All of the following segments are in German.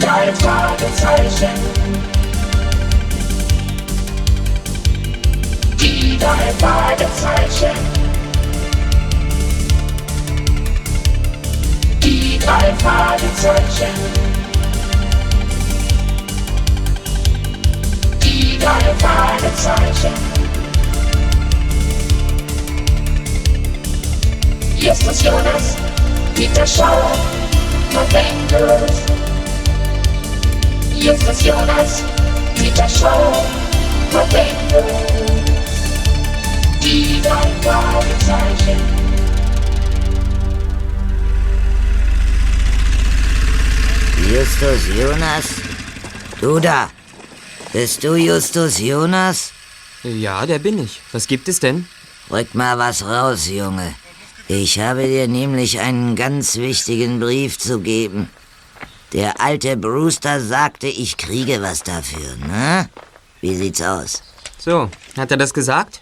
drei Fragezeichen. Die drei Fragezeichen. Die drei Fragezeichen. Die drei Fragezeichen. Justus Jonas, Peter Shaw, Bob Andrews. Justus Jonas, Peter Shaw, Bob Andrews. Die drei Fragezeichen. Justus Jonas? Du da! Bist du Justus Jonas? Ja, der bin ich. Was gibt es denn? Rück mal was raus, Junge. Ich habe dir nämlich einen ganz wichtigen Brief zu geben. Der alte Brewster sagte, ich kriege was dafür, ne? Wie sieht's aus? So, hat er das gesagt?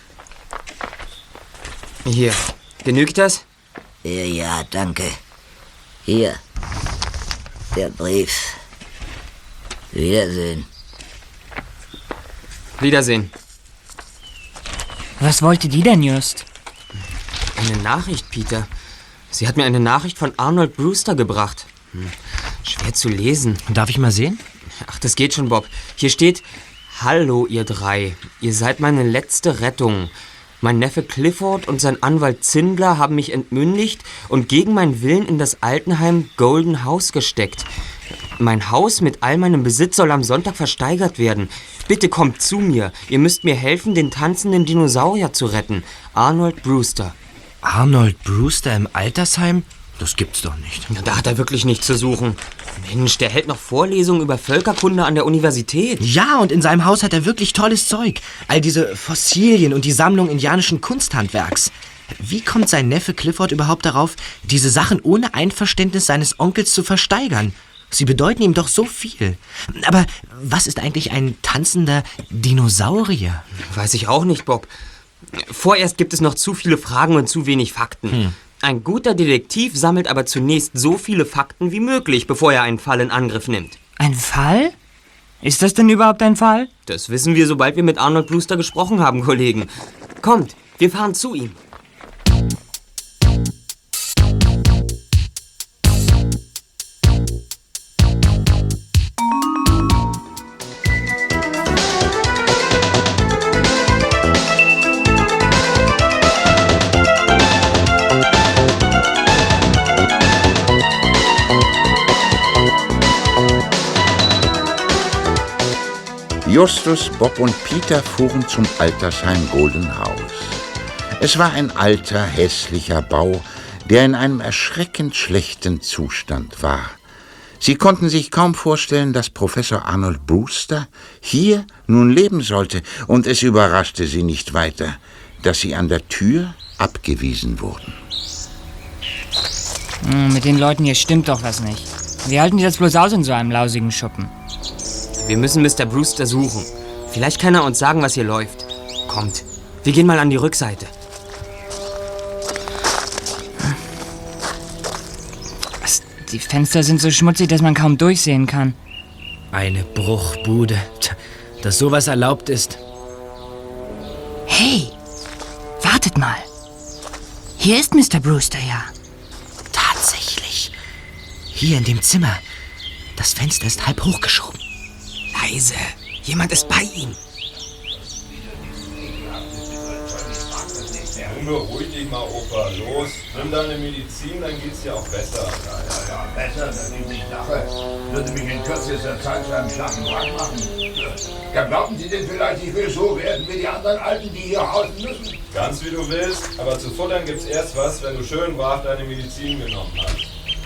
Hier, genügt das? Ja, danke. Hier, der Brief. Wiedersehen. Wiedersehen. Was wollte die denn just? Eine Nachricht, Peter. Sie hat mir eine Nachricht von Arnold Brewster gebracht. Schwer zu lesen. Darf ich mal sehen? Ach, das geht schon, Bob. Hier steht: Hallo, ihr drei. Ihr seid meine letzte Rettung. Mein Neffe Clifford und sein Anwalt Zindler haben mich entmündigt und gegen meinen Willen in das Altenheim Golden House gesteckt. Mein Haus mit all meinem Besitz soll am Sonntag versteigert werden. Bitte kommt zu mir. Ihr müsst mir helfen, den tanzenden Dinosaurier zu retten. Arnold Brewster. Arnold Brewster im Altersheim? Das gibt's doch nicht. Ja, da hat er wirklich nichts zu suchen. Mensch, der hält noch Vorlesungen über Völkerkunde an der Universität. Ja, und in seinem Haus hat er wirklich tolles Zeug. All diese Fossilien und die Sammlung indianischen Kunsthandwerks. Wie kommt sein Neffe Clifford überhaupt darauf, diese Sachen ohne Einverständnis seines Onkels zu versteigern? Sie bedeuten ihm doch so viel. Aber was ist eigentlich ein tanzender Dinosaurier? Weiß ich auch nicht, Bob. Vorerst gibt es noch zu viele Fragen und zu wenig Fakten. Ein guter Detektiv sammelt aber zunächst so viele Fakten wie möglich, bevor er einen Fall in Angriff nimmt. Ein Fall? Ist das denn überhaupt ein Fall? Das wissen wir, sobald wir mit Arnold Brewster gesprochen haben, Kollegen. Kommt, wir fahren zu ihm. Justus, Bob und Peter fuhren zum Altersheim Golden House. Es war ein alter, hässlicher Bau, der in einem erschreckend schlechten Zustand war. Sie konnten sich kaum vorstellen, dass Professor Arnold Brewster hier nun leben sollte, und es überraschte sie nicht weiter, dass sie an der Tür abgewiesen wurden. Mit den Leuten hier stimmt doch was nicht. Wie halten die das bloß aus in so einem lausigen Schuppen? Wir müssen Mr. Brewster suchen. Vielleicht kann er uns sagen, was hier läuft. Kommt, wir gehen mal an die Rückseite. Die Fenster sind so schmutzig, dass man kaum durchsehen kann. Eine Bruchbude. Tja, dass sowas erlaubt ist. Hey, wartet mal. Hier ist Mr. Brewster ja. Tatsächlich. Hier in dem Zimmer. Das Fenster ist halb hochgeschoben. Leise, jemand ist bei ihm. Beruhig dich mal, Opa. Los, nimm deine Medizin, dann geht's dir auch besser. Ja, besser, das ist nicht Sache. Würde mich in kürzester Zeit zu einem schlanken Wrack machen. Ja, glauben Sie denn vielleicht, ich will so werden wie die anderen Alten, die hier hausen müssen? Ganz wie du willst, aber zu futtern gibt's erst was, wenn du schön brav deine Medizin genommen hast.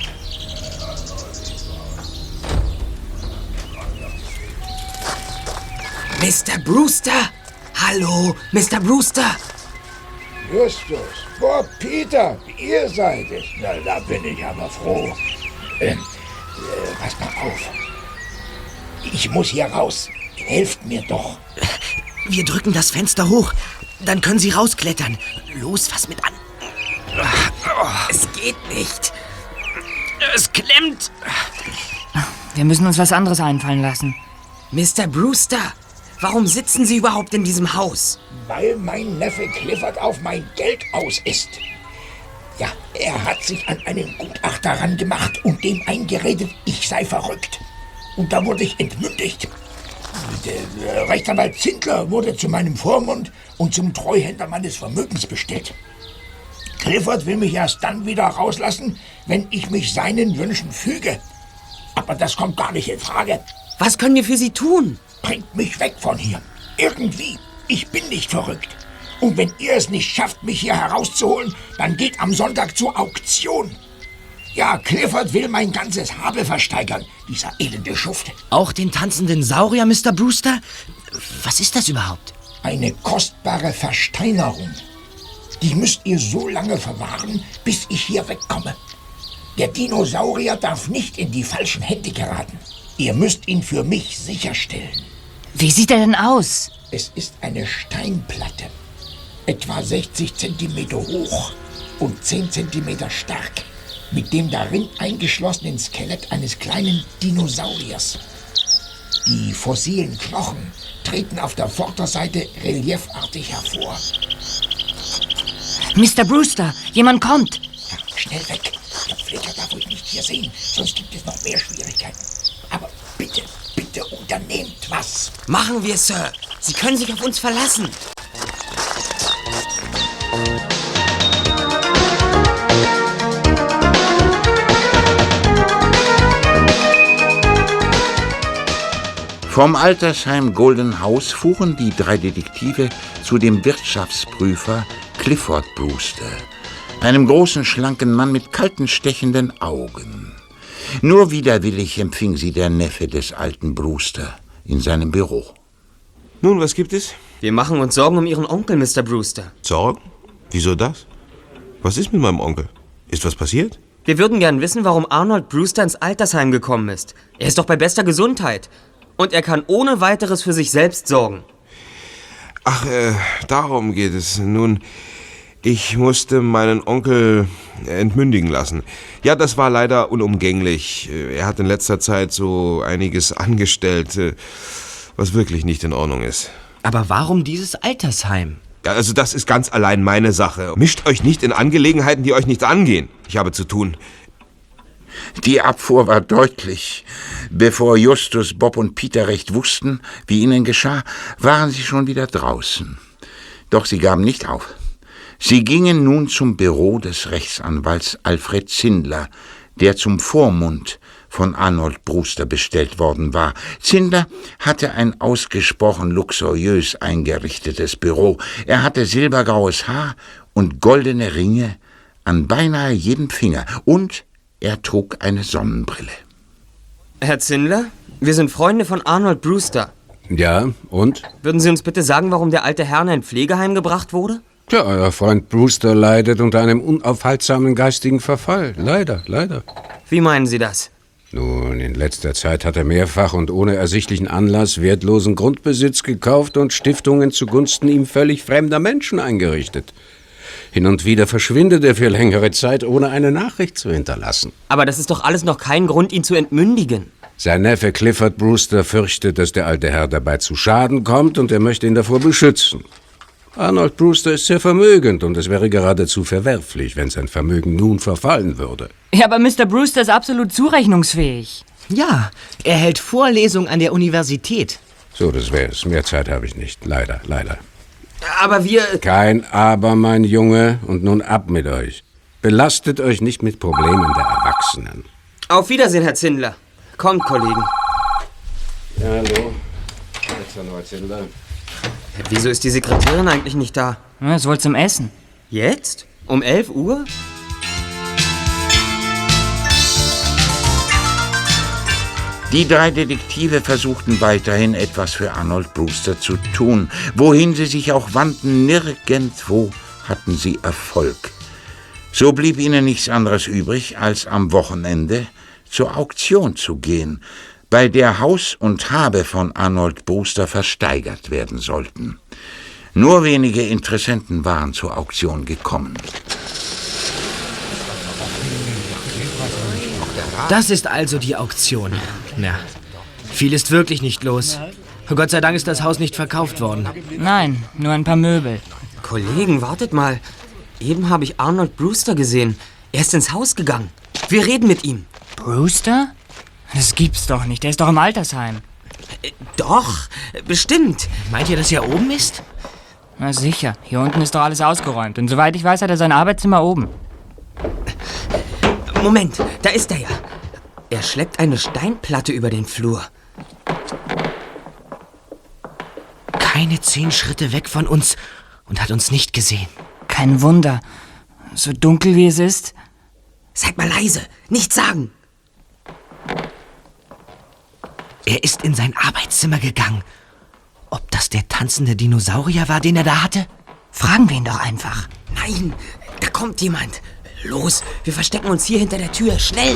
Mr. Brewster! Hallo, Mr. Brewster! Justus, Bob, Peter, ihr seid es. Na, da bin ich aber froh. Pass mal auf. Ich muss hier raus. Helft mir doch. Wir drücken das Fenster hoch. Dann können Sie rausklettern. Los, fass mit an. Es geht nicht. Es klemmt. Wir müssen uns was anderes einfallen lassen. Mr. Brewster, warum sitzen Sie überhaupt in diesem Haus? Weil mein Neffe Clifford auf mein Geld aus ist. Ja, er hat sich an einen Gutachter rangemacht und dem eingeredet, ich sei verrückt. Und da wurde ich entmündigt. Der Rechtsanwalt Zindler wurde zu meinem Vormund und zum Treuhänder meines Vermögens bestellt. Clifford will mich erst dann wieder rauslassen, wenn ich mich seinen Wünschen füge. Aber das kommt gar nicht in Frage. Was können wir für Sie tun? Bringt mich weg von hier. Irgendwie. Ich bin nicht verrückt. Und wenn ihr es nicht schafft, mich hier herauszuholen, dann geht am Sonntag zur Auktion. Ja, Clifford will mein ganzes Habe versteigern, dieser elende Schuft. Auch den tanzenden Saurier, Mr. Brewster? Was ist das überhaupt? Eine kostbare Versteinerung. Die müsst ihr so lange verwahren, bis ich hier wegkomme. Der Dinosaurier darf nicht in die falschen Hände geraten. Ihr müsst ihn für mich sicherstellen. Wie sieht er denn aus? Es ist eine Steinplatte. Etwa 60 Zentimeter hoch und 10 Zentimeter stark. Mit dem darin eingeschlossenen Skelett eines kleinen Dinosauriers. Die fossilen Knochen treten auf der Vorderseite reliefartig hervor. Mr. Brewster, jemand kommt. Ja, schnell weg. Der Pfleger darf euch nicht hier sehen, sonst gibt es noch mehr Schwierigkeiten. Aber bitte, bitte unternehmt was. Machen wir, Sir. Sie können sich auf uns verlassen. Vom Altersheim Golden House fuhren die 3 Detektive zu dem Wirtschaftsprüfer Clifford Brewster, einem großen, schlanken Mann mit kalten, stechenden Augen. Nur widerwillig empfing sie der Neffe des alten Brewster in seinem Büro. Nun, was gibt es? Wir machen uns Sorgen um Ihren Onkel, Mr. Brewster. Sorgen? Wieso das? Was ist mit meinem Onkel? Ist was passiert? Wir würden gern wissen, warum Arnold Brewster ins Altersheim gekommen ist. Er ist doch bei bester Gesundheit. Und er kann ohne weiteres für sich selbst sorgen. Ach, darum geht es. Nun, ich musste meinen Onkel entmündigen lassen. Ja, das war leider unumgänglich. Er hat in letzter Zeit so einiges angestellt, was wirklich nicht in Ordnung ist. Aber warum dieses Altersheim? Ja, also das ist ganz allein meine Sache. Mischt euch nicht in Angelegenheiten, die euch nichts angehen. Ich habe zu tun. Die Abfuhr war deutlich. Bevor Justus, Bob und Peter recht wussten, wie ihnen geschah, waren sie schon wieder draußen. Doch sie gaben nicht auf. Sie gingen nun zum Büro des Rechtsanwalts Alfred Zindler, der zum Vormund von Arnold Brewster bestellt worden war. Zindler hatte ein ausgesprochen luxuriös eingerichtetes Büro. Er hatte silbergraues Haar und goldene Ringe an beinahe jedem Finger und er trug eine Sonnenbrille. Herr Zindler, wir sind Freunde von Arnold Brewster. Ja, und? Würden Sie uns bitte sagen, warum der alte Herr in ein Pflegeheim gebracht wurde? Tja, euer Freund Brewster leidet unter einem unaufhaltsamen geistigen Verfall. Leider, leider. Wie meinen Sie das? Nun, in letzter Zeit hat er mehrfach und ohne ersichtlichen Anlass wertlosen Grundbesitz gekauft und Stiftungen zugunsten ihm völlig fremder Menschen eingerichtet. Hin und wieder verschwindet er für längere Zeit, ohne eine Nachricht zu hinterlassen. Aber das ist doch alles noch kein Grund, ihn zu entmündigen. Sein Neffe Clifford Brewster fürchtet, dass der alte Herr dabei zu Schaden kommt und er möchte ihn davor beschützen. Arnold Brewster ist sehr vermögend und es wäre geradezu verwerflich, wenn sein Vermögen nun verfallen würde. Ja, aber Mr. Brewster ist absolut zurechnungsfähig. Ja, er hält Vorlesungen an der Universität. So, das wäre es. Mehr Zeit habe ich nicht. Leider, leider. Aber wir... Kein Aber, mein Junge. Und nun ab mit euch. Belastet euch nicht mit Problemen der Erwachsenen. Auf Wiedersehen, Herr Zindler. Kommt, Kollegen. Ja, hallo. Rechtsanwalt Zindler. Wieso ist die Sekretärin eigentlich nicht da? Ja, ist wohl zum Essen. Jetzt? Um 11 Uhr? Die 3 Detektive versuchten weiterhin etwas für Arnold Brewster zu tun. Wohin sie sich auch wandten, nirgendwo hatten sie Erfolg. So blieb ihnen nichts anderes übrig, als am Wochenende zur Auktion zu gehen, bei der Haus und Habe von Arnold Brewster versteigert werden sollten. Nur wenige Interessenten waren zur Auktion gekommen. Das ist also die Auktion. Na, viel ist wirklich nicht los. Gott sei Dank ist das Haus nicht verkauft worden. Nein, nur ein paar Möbel. Kollegen, wartet mal. Eben habe ich Arnold Brewster gesehen. Er ist ins Haus gegangen. Wir reden mit ihm. Brewster? Das gibt's doch nicht. Der ist doch im Altersheim. Doch, bestimmt. Meint ihr, dass er oben ist? Na sicher. Hier unten ist doch alles ausgeräumt. Und soweit ich weiß, hat er sein Arbeitszimmer oben. Moment, da ist er ja. Er schleppt eine Steinplatte über den Flur. Keine 10 Schritte weg von uns und hat uns nicht gesehen. Kein Wunder. So dunkel wie es ist. Seid mal leise, nichts sagen. Er ist in sein Arbeitszimmer gegangen. Ob das der tanzende Dinosaurier war, den er da hatte? Fragen wir ihn doch einfach. Nein, da kommt jemand. Los, wir verstecken uns hier hinter der Tür. Schnell!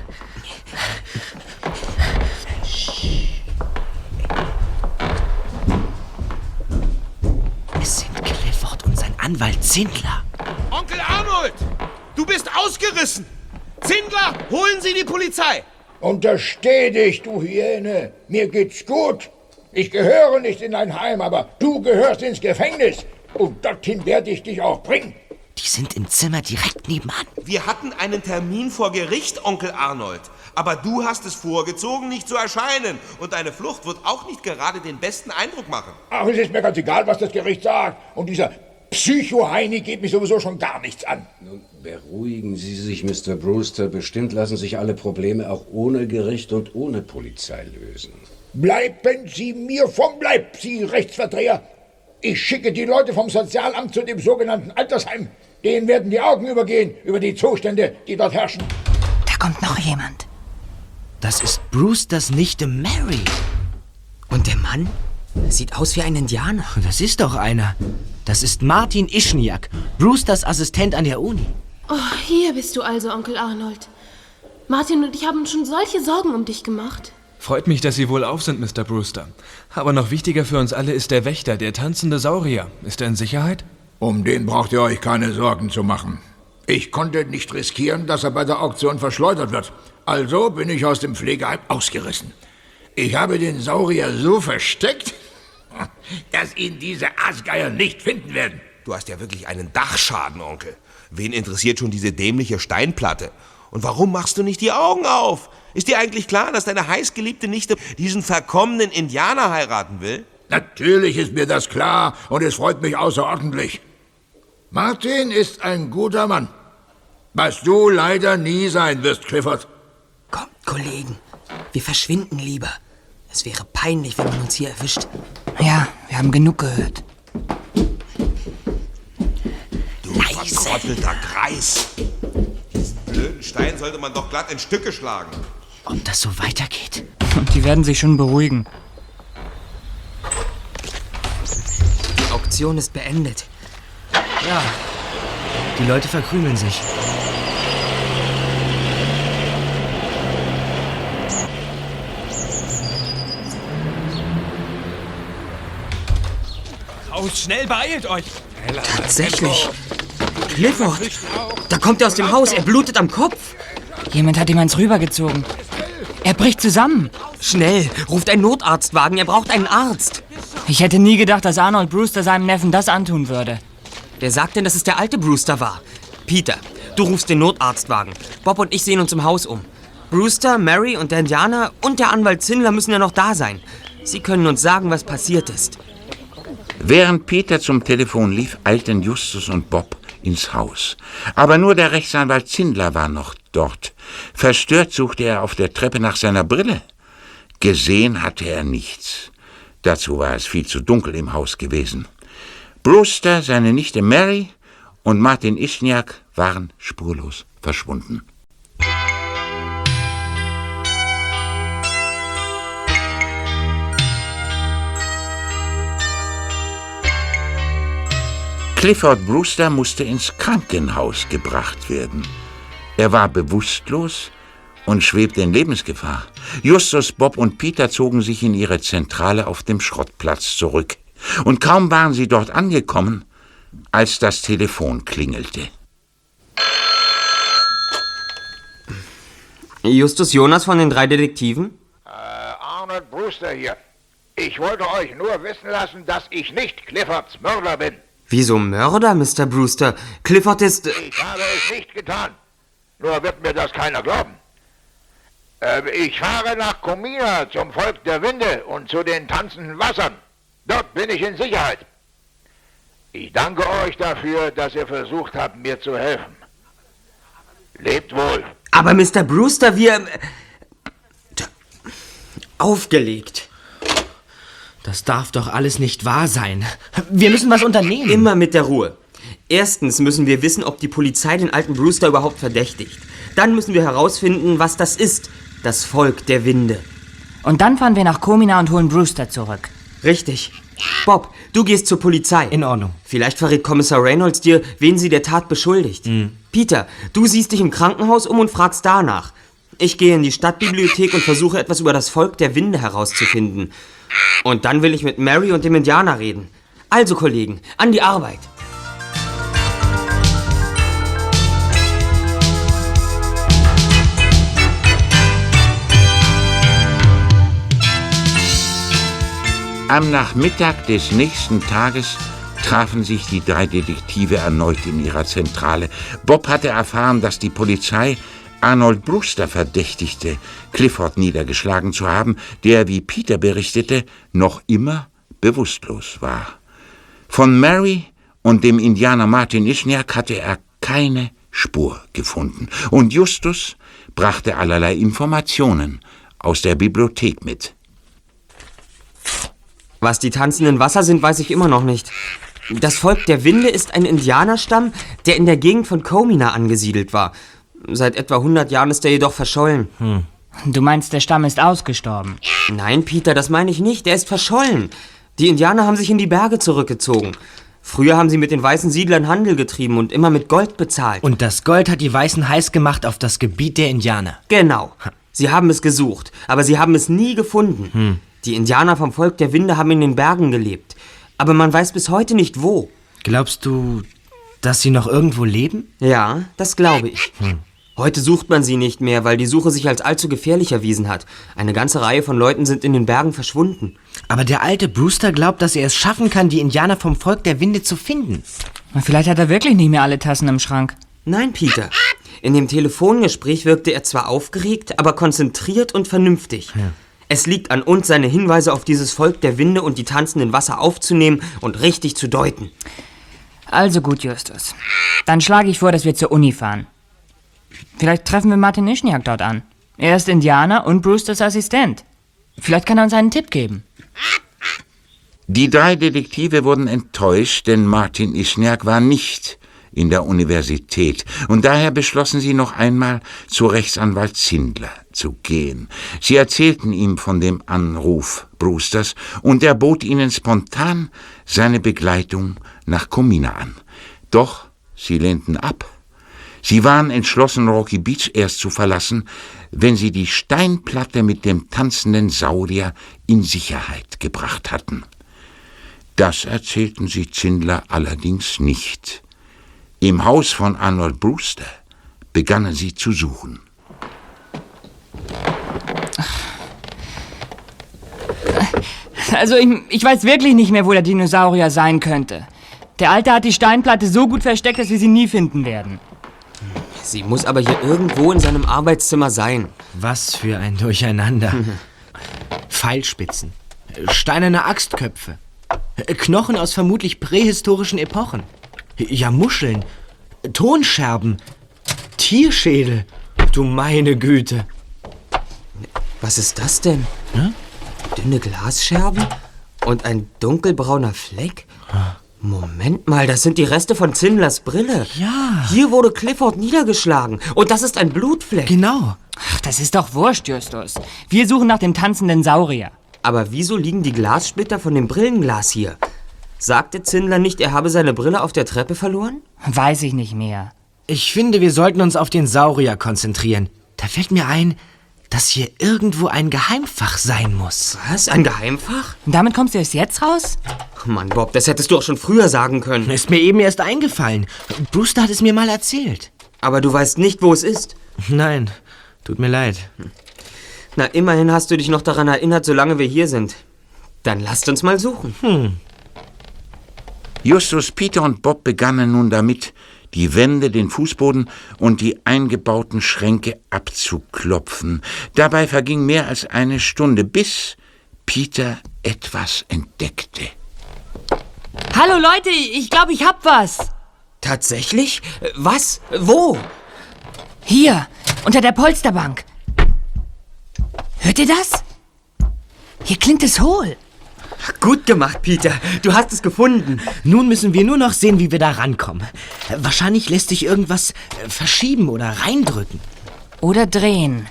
Es sind Clifford und sein Anwalt Zindler. Onkel Arnold! Du bist ausgerissen! Zindler, holen Sie die Polizei! Untersteh dich, du Hyäne. Mir geht's gut. Ich gehöre nicht in ein Heim, aber du gehörst ins Gefängnis. Und dorthin werde ich dich auch bringen. Die sind im Zimmer direkt nebenan. Wir hatten einen Termin vor Gericht, Onkel Arnold. Aber du hast es vorgezogen, nicht zu erscheinen. Und deine Flucht wird auch nicht gerade den besten Eindruck machen. Ach, es ist mir ganz egal, was das Gericht sagt. Und dieser Psycho-Heini geht mich sowieso schon gar nichts an. Nun, beruhigen Sie sich, Mr. Brewster. Bestimmt lassen sich alle Probleme auch ohne Gericht und ohne Polizei lösen. Bleiben Sie mir vom Leib, Sie Rechtsverdreher. Ich schicke die Leute vom Sozialamt zu dem sogenannten Altersheim. Denen werden die Augen übergehen über die Zustände, die dort herrschen. Da kommt noch jemand. Das ist Brewsters Nichte Mary. Und der Mann? Sieht aus wie ein Indianer. Das ist doch einer. Das ist Martin Ischniak, Brewsters Assistent an der Uni. Oh, hier bist du also, Onkel Arnold. Martin und ich haben uns schon solche Sorgen um dich gemacht. Freut mich, dass Sie wohlauf sind, Mr. Brewster. Aber noch wichtiger für uns alle ist der Wächter, der tanzende Saurier. Ist er in Sicherheit? Um den braucht ihr euch keine Sorgen zu machen. Ich konnte nicht riskieren, dass er bei der Auktion verschleudert wird. Also bin ich aus dem Pflegeheim ausgerissen. Ich habe den Saurier so versteckt, dass ihn diese Aasgeier nicht finden werden. Du hast ja wirklich einen Dachschaden, Onkel. Wen interessiert schon diese dämliche Steinplatte? Und warum machst du nicht die Augen auf? Ist dir eigentlich klar, dass deine heißgeliebte Nichte diesen verkommenen Indianer heiraten will? Natürlich ist mir das klar und es freut mich außerordentlich. Martin ist ein guter Mann. Was du leider nie sein wirst, Clifford. Kommt, Kollegen, wir verschwinden lieber. Es wäre peinlich, wenn man uns hier erwischt. Ja, wir haben genug gehört. Du verkrottelter Greis. Diesen blöden Stein sollte man doch glatt in Stücke schlagen. Ob das so weitergeht? Und die werden sich schon beruhigen. Die Auktion ist beendet. Ja, die Leute verkrümeln sich. Raus, schnell, beeilt euch! Tatsächlich. Clifford, da kommt er aus dem Haus, er blutet am Kopf. Jemand hat ihm eins rübergezogen. Er bricht zusammen. Schnell, ruft einen Notarztwagen, er braucht einen Arzt. Ich hätte nie gedacht, dass Arnold Brewster seinem Neffen das antun würde. Wer sagt denn, dass es der alte Brewster war? Peter, du rufst den Notarztwagen. Bob und ich sehen uns im Haus um. Brewster, Mary und der Indianer und der Anwalt Zindler müssen ja noch da sein. Sie können uns sagen, was passiert ist. Während Peter zum Telefon lief, eilten Justus und Bob ins Haus. Aber nur der Rechtsanwalt Zindler war noch dort. Verstört suchte er auf der Treppe nach seiner Brille. Gesehen hatte er nichts. Dazu war es viel zu dunkel im Haus gewesen. Brewster, seine Nichte Mary und Martin Ischniak waren spurlos verschwunden. Clifford Brewster musste ins Krankenhaus gebracht werden. Er war bewusstlos und schwebte in Lebensgefahr. Justus, Bob und Peter zogen sich in ihre Zentrale auf dem Schrottplatz zurück. Und kaum waren sie dort angekommen, als das Telefon klingelte. Justus Jonas von den 3 Detektiven? Arnold Brewster hier. Ich wollte euch nur wissen lassen, dass ich nicht Cliffords Mörder bin. Wieso Mörder, Mr. Brewster? Clifford ist... Ich habe es nicht getan. Nur wird mir das keiner glauben. Ich fahre nach Comina zum Volk der Winde und zu den tanzenden Wassern. Dort bin ich in Sicherheit. Ich danke euch dafür, dass ihr versucht habt, mir zu helfen. Lebt wohl. Aber Mr. Brewster, wir... Aufgelegt. Das darf doch alles nicht wahr sein. Wir müssen was unternehmen. Immer mit der Ruhe. Erstens müssen wir wissen, ob die Polizei den alten Brewster überhaupt verdächtigt. Dann müssen wir herausfinden, was das ist. Das Volk der Winde. Und dann fahren wir nach Comina und holen Brewster zurück. Richtig. Bob, du gehst zur Polizei. In Ordnung. Vielleicht verrät Kommissar Reynolds dir, wen sie der Tat beschuldigt. Peter, du siehst dich im Krankenhaus um und fragst danach. Ich gehe in die Stadtbibliothek und versuche etwas über das Volk der Winde herauszufinden. Und dann will ich mit Mary und dem Indianer reden. Also, Kollegen, an die Arbeit. Am Nachmittag des nächsten Tages trafen sich die 3 Detektive erneut in ihrer Zentrale. Bob hatte erfahren, dass die Polizei Arnold Brewster verdächtigte, Clifford niedergeschlagen zu haben, der, wie Peter berichtete, noch immer bewusstlos war. Von Mary und dem Indianer Martin Isniak hatte er keine Spur gefunden. Und Justus brachte allerlei Informationen aus der Bibliothek mit. Was die tanzenden Wasser sind, weiß ich immer noch nicht. Das Volk der Winde ist ein Indianerstamm, der in der Gegend von Comina angesiedelt war. Seit etwa 100 Jahren ist er jedoch verschollen. Du meinst, der Stamm ist ausgestorben? Nein, Peter, das meine ich nicht. Er ist verschollen. Die Indianer haben sich in die Berge zurückgezogen. Früher haben sie mit den weißen Siedlern Handel getrieben und immer mit Gold bezahlt. Und das Gold hat die Weißen heiß gemacht auf das Gebiet der Indianer. Genau. Sie haben es gesucht, aber sie haben es nie gefunden. Die Indianer vom Volk der Winde haben in den Bergen gelebt. Aber man weiß bis heute nicht, wo. Glaubst du, dass sie noch irgendwo leben? Ja, das glaube ich. Heute sucht man sie nicht mehr, weil die Suche sich als allzu gefährlich erwiesen hat. Eine ganze Reihe von Leuten sind in den Bergen verschwunden. Aber der alte Brewster glaubt, dass er es schaffen kann, die Indianer vom Volk der Winde zu finden. Vielleicht hat er wirklich nicht mehr alle Tassen im Schrank. Nein, Peter. In dem Telefongespräch wirkte er zwar aufgeregt, aber konzentriert und vernünftig. Ja. Es liegt an uns, seine Hinweise auf dieses Volk der Winde und die tanzenden Wasser aufzunehmen und richtig zu deuten. Also gut, Justus. Dann schlage ich vor, dass wir zur Uni fahren. Vielleicht treffen wir Martin Isniak dort an. Er ist Indianer und Brewsters Assistent. Vielleicht kann er uns einen Tipp geben. Die 3 Detektive wurden enttäuscht, denn Martin Isniak war nicht in der Universität. Und daher beschlossen sie noch einmal, zu Rechtsanwalt Zindler zu gehen. Sie erzählten ihm von dem Anruf Brewsters und er bot ihnen spontan seine Begleitung nach Comina an. Doch sie lehnten ab. Sie waren entschlossen, Rocky Beach erst zu verlassen, wenn sie die Steinplatte mit dem tanzenden Saurier in Sicherheit gebracht hatten. Das erzählten sie Zindler allerdings nicht. Im Haus von Arnold Brewster begannen sie zu suchen. Also ich weiß wirklich nicht mehr, wo der Dinosaurier sein könnte. Der Alte hat die Steinplatte so gut versteckt, dass wir sie nie finden werden. Sie muss aber hier irgendwo in seinem Arbeitszimmer sein. Was für ein Durcheinander. Pfeilspitzen, steinerne Axtköpfe, Knochen aus vermutlich prähistorischen Epochen. Ja, Muscheln, Tonscherben, Tierschädel. Du meine Güte. Was ist das denn? Dünne Glasscherben und ein dunkelbrauner Fleck? Moment mal, das sind die Reste von Zindlers Brille. Ja. Hier wurde Clifford niedergeschlagen und das ist ein Blutfleck. Genau. Ach, das ist doch wurscht, Justus. Wir suchen nach dem tanzenden Saurier. Aber wieso liegen die Glassplitter von dem Brillenglas hier? Sagte Zindler nicht, er habe seine Brille auf der Treppe verloren? Weiß ich nicht mehr. Ich finde, wir sollten uns auf den Saurier konzentrieren. Da fällt mir ein, dass hier irgendwo ein Geheimfach sein muss. Was? Ein Geheimfach? Und damit kommst du erst jetzt raus? Mann, Bob, das hättest du auch schon früher sagen können. Ist mir eben erst eingefallen. Brewster hat es mir mal erzählt. Aber du weißt nicht, wo es ist? Nein, Tut mir leid. Na, immerhin hast du dich noch daran erinnert, solange wir hier sind. Dann lasst uns mal suchen. Justus, Peter und Bob begannen nun damit, die Wände, den Fußboden und die eingebauten Schränke abzuklopfen. Dabei verging mehr als eine Stunde, bis Peter etwas entdeckte. Hallo Leute, ich glaube, ich hab was. Tatsächlich? Was? Wo? Hier, unter der Polsterbank. Hört ihr das? Hier klingt es hohl. Gut gemacht, Peter. Du hast es gefunden. Nun müssen wir nur noch sehen, wie wir da rankommen. Wahrscheinlich lässt sich irgendwas verschieben oder reindrücken. Oder drehen.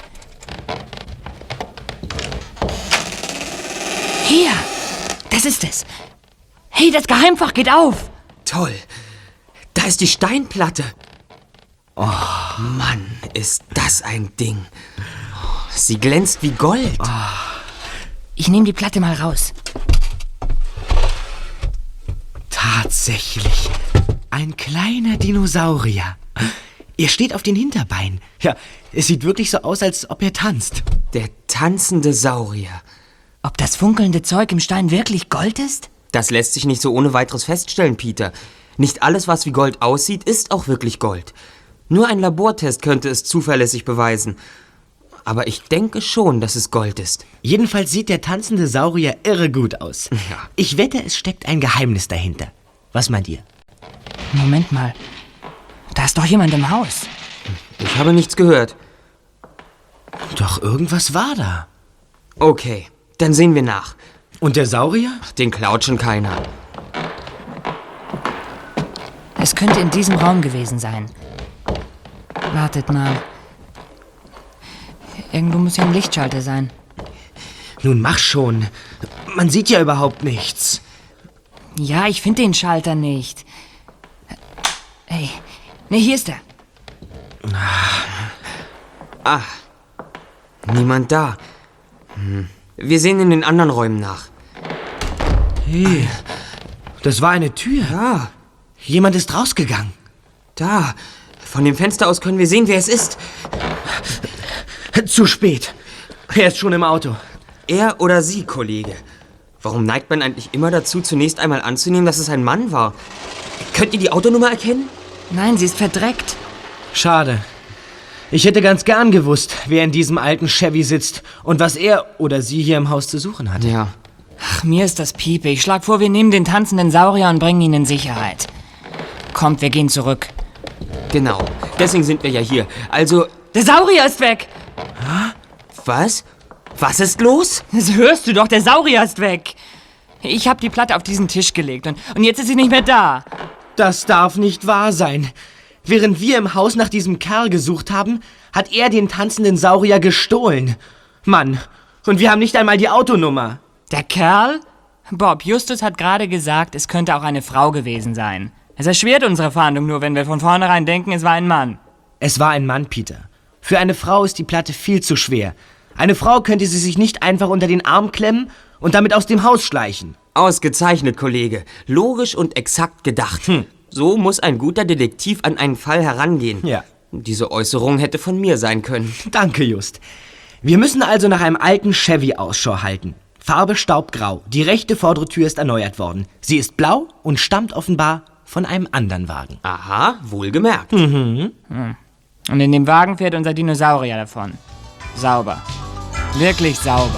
Hier, das ist es. Hey, das Geheimfach geht auf. Toll. Da ist die Steinplatte. Oh, Mann, ist das ein Ding. Sie glänzt wie Gold. Ich nehme die Platte mal raus. Tatsächlich. Ein kleiner Dinosaurier. Er steht auf den Hinterbeinen. Ja, es sieht wirklich so aus, als ob er tanzt. Der tanzende Saurier. Ob das funkelnde Zeug im Stein wirklich Gold ist? Das lässt sich nicht so ohne weiteres feststellen, Peter. Nicht alles, was wie Gold aussieht, ist auch wirklich Gold. Nur ein Labortest könnte es zuverlässig beweisen. Aber ich denke schon, dass es Gold ist. Jedenfalls sieht der tanzende Saurier irre gut aus. Ja. Ich wette, es steckt ein Geheimnis dahinter. Was meint ihr? Moment mal. Da ist doch jemand im Haus. Ich habe nichts gehört. Doch irgendwas war da. Okay, dann sehen wir nach. Und der Saurier? Den klaut schon keiner. Es könnte in diesem Raum gewesen sein. Wartet mal. Irgendwo muss ja ein Lichtschalter sein. Nun mach schon. Man sieht ja überhaupt nichts. Ja, ich finde den Schalter nicht. Hey, ne, hier ist er. Ah, niemand da. Wir sehen in den anderen Räumen nach. Hey, das war eine Tür. Ja. Jemand ist rausgegangen. Da. Von dem Fenster aus können wir sehen, wer es ist. Zu spät. Er ist schon im Auto. Er oder sie, Kollege. Warum neigt man eigentlich immer dazu, zunächst einmal anzunehmen, dass es ein Mann war? Könnt ihr die Autonummer erkennen? Nein, sie ist verdreckt. Schade. Ich hätte ganz gern gewusst, wer in diesem alten Chevy sitzt und was er oder sie hier im Haus zu suchen hat. Ja. Ach, mir ist das Piepe. Ich schlag vor, wir nehmen den tanzenden Saurier und bringen ihn in Sicherheit. Kommt, wir gehen zurück. Genau. Deswegen sind wir ja hier. Also... Der Saurier ist weg! Was? Was ist los? Das hörst du doch, der Saurier ist weg. Ich habe die Platte auf diesen Tisch gelegt und jetzt ist sie nicht mehr da. Das darf nicht wahr sein. Während wir im Haus nach diesem Kerl gesucht haben, hat er den tanzenden Saurier gestohlen. Mann, und wir haben nicht einmal die Autonummer. Der Kerl? Bob, Justus hat gerade gesagt, es könnte auch eine Frau gewesen sein. Es erschwert unsere Fahndung nur, wenn wir von vornherein denken, es war ein Mann. Es war ein Mann, Peter. Für eine Frau ist die Platte viel zu schwer. Eine Frau könnte sie sich nicht einfach unter den Arm klemmen und damit aus dem Haus schleichen. Ausgezeichnet, Kollege. Logisch und exakt gedacht. So muss ein guter Detektiv an einen Fall herangehen. Ja. Diese Äußerung hätte von mir sein können. Danke, Just. Wir müssen also nach einem alten Chevy Ausschau halten. Farbe staubgrau. Die rechte vordere Tür ist erneuert worden. Sie ist blau und stammt offenbar von einem anderen Wagen. Aha, wohlgemerkt. Und in dem Wagen fährt unser Dinosaurier davon. Sauber. Wirklich sauber.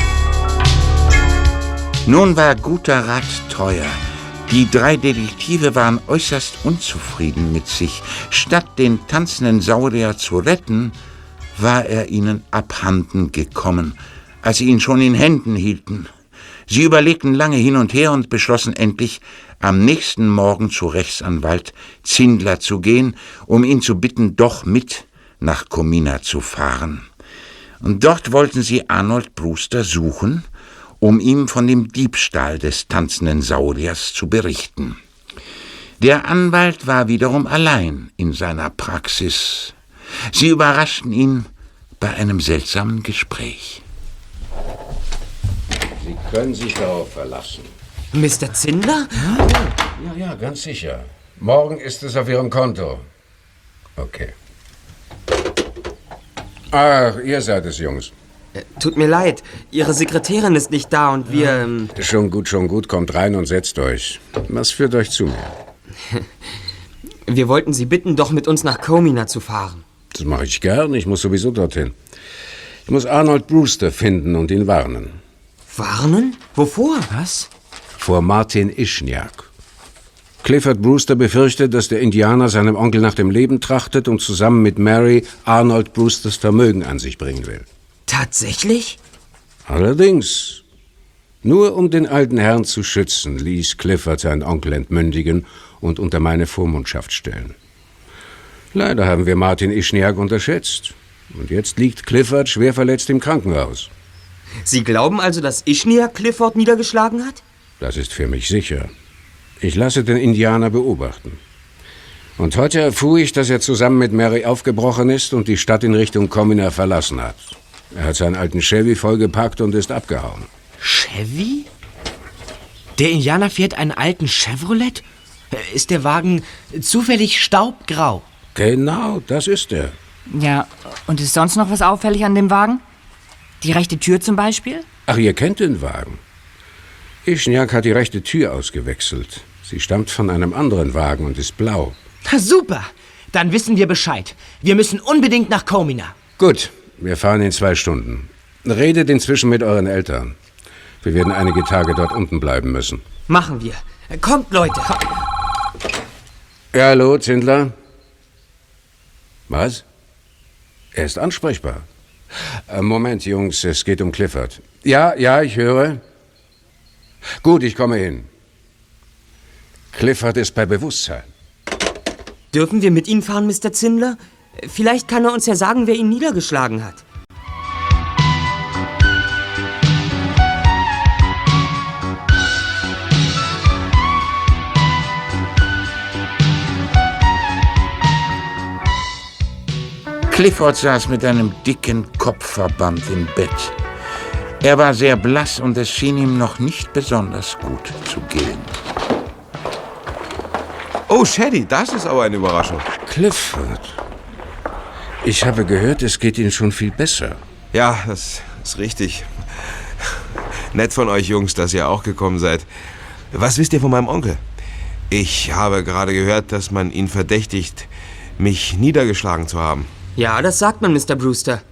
Nun war guter Rat teuer. Die 3 Detektive waren äußerst unzufrieden mit sich. Statt den tanzenden Saurier zu retten, war er ihnen abhanden gekommen, als sie ihn schon in Händen hielten. Sie überlegten lange hin und her und beschlossen endlich, am nächsten Morgen zu Rechtsanwalt Zindler zu gehen, um ihn zu bitten, doch mit nach Comina zu fahren. Und dort wollten sie Arnold Brewster suchen, um ihm von dem Diebstahl des tanzenden Sauriers zu berichten. Der Anwalt war wiederum allein in seiner Praxis. Sie überraschten ihn bei einem seltsamen Gespräch. Sie können sich darauf verlassen. Mr. Zindler? Ja, ganz sicher. Morgen ist es auf Ihrem Konto. Okay. Ach, ihr seid es, Jungs. Tut mir leid, Ihre Sekretärin ist nicht da und wir... Schon gut, kommt rein und setzt euch. Was führt euch zu mir? Wir wollten Sie bitten, doch mit uns nach Comina zu fahren. Das mache ich gern, ich muss sowieso dorthin. Ich muss Arnold Brewster finden und ihn warnen. Warnen? Wovor? Was? Vor Martin Ischniak. Clifford Brewster befürchtet, dass der Indianer seinem Onkel nach dem Leben trachtet und zusammen mit Mary Arnold Brewsters Vermögen an sich bringen will. Tatsächlich? Allerdings. Nur um den alten Herrn zu schützen, ließ Clifford seinen Onkel entmündigen und unter meine Vormundschaft stellen. Leider haben wir Martin Ischniak unterschätzt. Und jetzt liegt Clifford schwer verletzt im Krankenhaus. Sie glauben also, dass Ischniak Clifford niedergeschlagen hat? Das ist für mich sicher. Ich lasse den Indianer beobachten. Und heute erfuhr ich, dass er zusammen mit Mary aufgebrochen ist und die Stadt in Richtung Comina verlassen hat. Er hat seinen alten Chevy vollgepackt und ist abgehauen. Chevy? Der Indianer fährt einen alten Chevrolet? Ist der Wagen zufällig staubgrau? Genau, das ist er. Ja, und ist sonst noch was auffällig an dem Wagen? Die rechte Tür zum Beispiel? Ach, ihr kennt den Wagen. Ischniak hat die rechte Tür ausgewechselt. Sie stammt von einem anderen Wagen und ist blau. Super, dann wissen wir Bescheid. Wir müssen unbedingt nach Comina. Gut, wir fahren in 2 Stunden. Redet inzwischen mit euren Eltern. Wir werden einige Tage dort unten bleiben müssen. Machen wir. Kommt, Leute. Ja, hallo, Zindler. Was? Er ist ansprechbar. Moment, Jungs, es geht um Clifford. Ja, ich höre. Gut, ich komme hin. Clifford ist bei Bewusstsein. Dürfen wir mit Ihnen fahren, Mr. Zindler? Vielleicht kann er uns ja sagen, wer ihn niedergeschlagen hat. Clifford saß mit einem dicken Kopfverband im Bett. Er war sehr blass und es schien ihm noch nicht besonders gut zu gehen. Oh, Shady, das ist aber eine Überraschung. Clifford. Ich habe gehört, es geht Ihnen schon viel besser. Ja, das ist richtig. Nett von euch Jungs, dass ihr auch gekommen seid. Was wisst ihr von meinem Onkel? Ich habe gerade gehört, dass man ihn verdächtigt, mich niedergeschlagen zu haben. Ja, das sagt man, Mr. Brewster.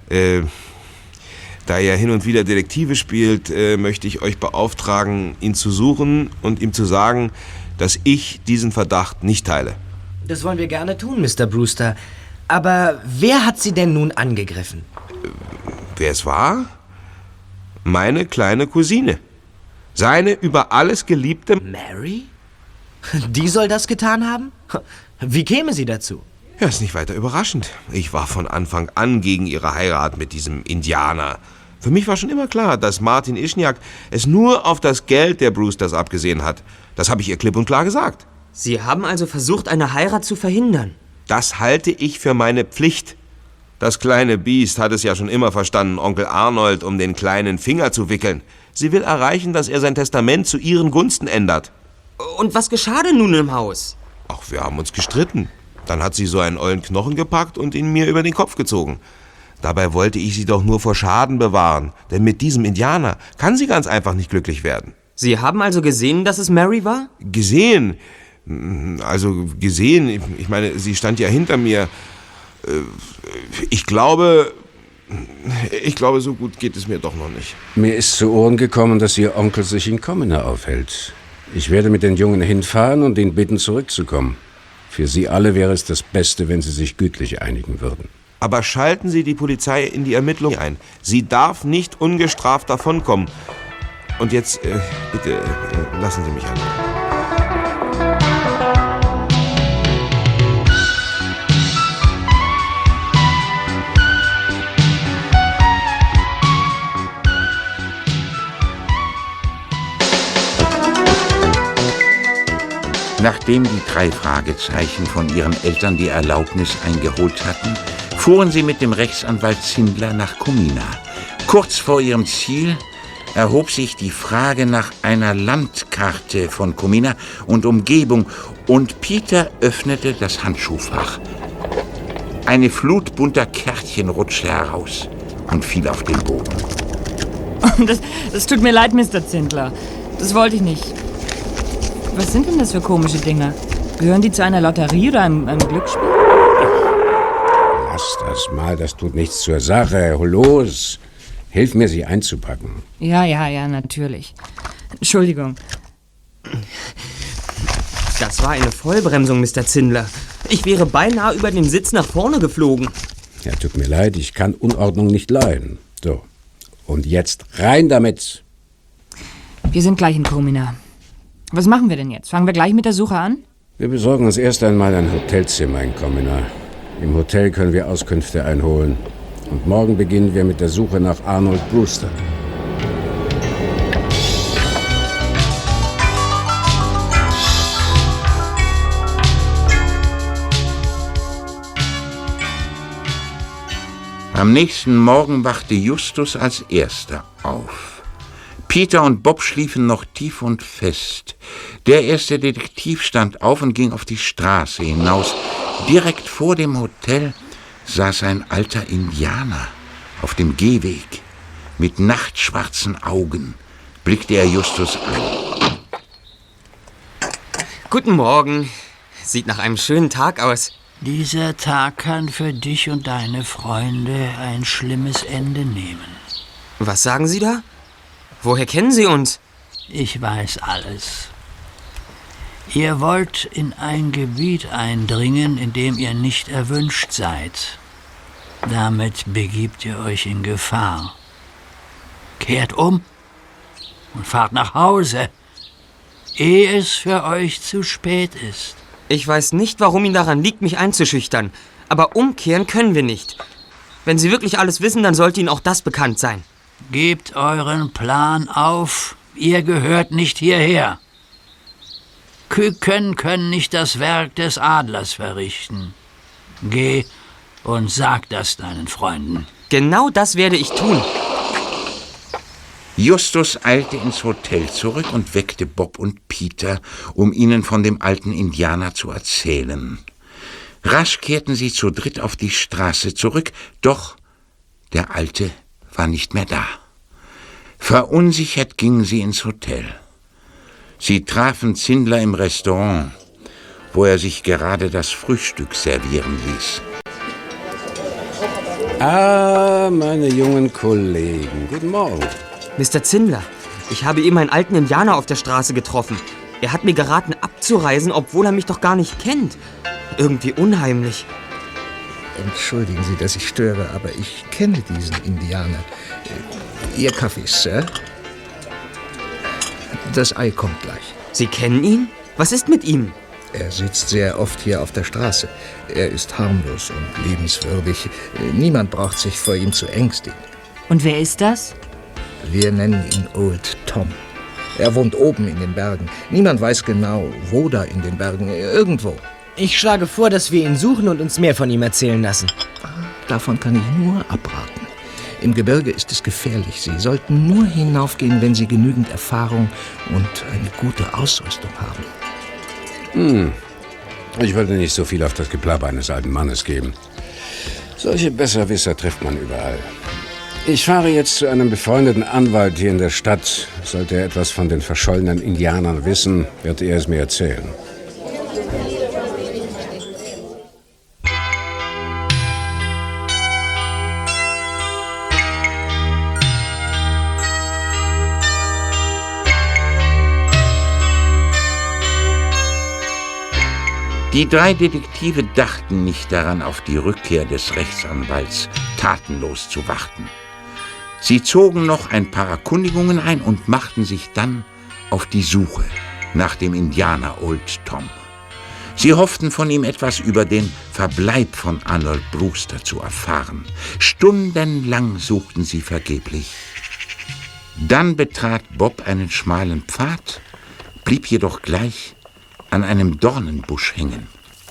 Da er hin und wieder Detektive spielt, möchte ich euch beauftragen, ihn zu suchen und ihm zu sagen, dass ich diesen Verdacht nicht teile. Das wollen wir gerne tun, Mr. Brewster. Aber wer hat Sie denn nun angegriffen? Wer es war? Meine kleine Cousine. Seine über alles geliebte Mary? Die soll das getan haben? Wie käme sie dazu? Ja, ist nicht weiter überraschend. Ich war von Anfang an gegen ihre Heirat mit diesem Indianer. Für mich war schon immer klar, dass Martin Ischniak es nur auf das Geld der Brewsters abgesehen hat. Das habe ich ihr klipp und klar gesagt. Sie haben also versucht, eine Heirat zu verhindern? Das halte ich für meine Pflicht. Das kleine Biest hat es ja schon immer verstanden, Onkel Arnold um den kleinen Finger zu wickeln. Sie will erreichen, dass er sein Testament zu ihren Gunsten ändert. Und was geschah denn nun im Haus? Ach, wir haben uns gestritten. Dann hat sie so einen ollen Knochen gepackt und ihn mir über den Kopf gezogen. Dabei wollte ich sie doch nur vor Schaden bewahren. Denn mit diesem Indianer kann sie ganz einfach nicht glücklich werden. Sie haben also gesehen, dass es Mary war? Gesehen? Also gesehen, ich meine, sie stand ja hinter mir. Ich glaube, so gut geht es mir doch noch nicht. Mir ist zu Ohren gekommen, dass Ihr Onkel sich in Comina aufhält. Ich werde mit den Jungen hinfahren und ihn bitten, zurückzukommen. Für Sie alle wäre es das Beste, wenn Sie sich gütlich einigen würden. Aber schalten Sie die Polizei in die Ermittlung ein. Sie darf nicht ungestraft davonkommen. Und jetzt, bitte, lassen Sie mich an. Nachdem die 3 Fragezeichen von ihren Eltern die Erlaubnis eingeholt hatten, fuhren sie mit dem Rechtsanwalt Zindler nach Comina. Kurz vor ihrem Ziel erhob sich die Frage nach einer Landkarte von Comina und Umgebung und Peter öffnete das Handschuhfach. Eine Flut bunter Kärtchen rutschte heraus und fiel auf den Boden. Das tut mir leid, Mr. Zindler. Das wollte ich nicht. Was sind denn das für komische Dinger? Gehören die zu einer Lotterie oder einem Glücksspiel? Lass das mal, das tut nichts zur Sache. Los, hilf mir, sie einzupacken. Ja, natürlich. Entschuldigung. Das war eine Vollbremsung, Mr. Zindler. Ich wäre beinahe über den Sitz nach vorne geflogen. Ja, tut mir leid, ich kann Unordnung nicht leiden. So, und jetzt rein damit. Wir sind gleich in Komina. Was machen wir denn jetzt? Fangen wir gleich mit der Suche an? Wir besorgen uns erst einmal ein Hotelzimmer in Komina. Im Hotel können wir Auskünfte einholen. Und morgen beginnen wir mit der Suche nach Arnold Brewster. Am nächsten Morgen wachte Justus als Erster auf. Peter und Bob schliefen noch tief und fest. Der erste Detektiv stand auf und ging auf die Straße hinaus. Direkt vor dem Hotel saß ein alter Indianer auf dem Gehweg. Mit nachtschwarzen Augen blickte er Justus an. Guten Morgen. Sieht nach einem schönen Tag aus. Dieser Tag kann für dich und deine Freunde ein schlimmes Ende nehmen. Was sagen Sie da? Woher kennen Sie uns? Ich weiß alles. Ihr wollt in ein Gebiet eindringen, in dem ihr nicht erwünscht seid. Damit begibt ihr euch in Gefahr. Kehrt um und fahrt nach Hause, ehe es für euch zu spät ist. Ich weiß nicht, warum Ihnen daran liegt, mich einzuschüchtern. Aber umkehren können wir nicht. Wenn Sie wirklich alles wissen, dann sollte Ihnen auch das bekannt sein. Gebt euren Plan auf. Ihr gehört nicht hierher. Küken können nicht das Werk des Adlers verrichten. Geh und sag das deinen Freunden. Genau das werde ich tun. Justus eilte ins Hotel zurück und weckte Bob und Peter, um ihnen von dem alten Indianer zu erzählen. Rasch kehrten sie zu dritt auf die Straße zurück, doch der Alte war nicht mehr da. Verunsichert gingen sie ins Hotel. Sie trafen Zindler im Restaurant, wo er sich gerade das Frühstück servieren ließ. Ah, meine jungen Kollegen, guten Morgen. Mr. Zindler, ich habe eben einen alten Indianer auf der Straße getroffen. Er hat mir geraten, abzureisen, obwohl er mich doch gar nicht kennt. Irgendwie unheimlich. Entschuldigen Sie, dass ich störe, aber ich kenne diesen Indianer. Ihr Kaffee, Sir? Das Ei kommt gleich. Sie kennen ihn? Was ist mit ihm? Er sitzt sehr oft hier auf der Straße. Er ist harmlos und liebenswürdig. Niemand braucht sich vor ihm zu ängstigen. Und wer ist das? Wir nennen ihn Old Tom. Er wohnt oben in den Bergen. Niemand weiß genau, wo da in den Bergen. Irgendwo. Ich schlage vor, dass wir ihn suchen und uns mehr von ihm erzählen lassen. Davon kann ich nur abraten. Im Gebirge ist es gefährlich. Sie sollten nur hinaufgehen, wenn Sie genügend Erfahrung und eine gute Ausrüstung haben. Ich wollte nicht so viel auf das Geplapper eines alten Mannes geben. Solche Besserwisser trifft man überall. Ich fahre jetzt zu einem befreundeten Anwalt hier in der Stadt. Sollte er etwas von den verschollenen Indianern wissen, wird er es mir erzählen. Die drei Detektive dachten nicht daran, auf die Rückkehr des Rechtsanwalts tatenlos zu warten. Sie zogen noch ein paar Erkundigungen ein und machten sich dann auf die Suche nach dem Indianer Old Tom. Sie hofften, von ihm etwas über den Verbleib von Arnold Brewster zu erfahren. Stundenlang suchten sie vergeblich. Dann betrat Bob einen schmalen Pfad, blieb jedoch gleich an einem Dornenbusch hängen.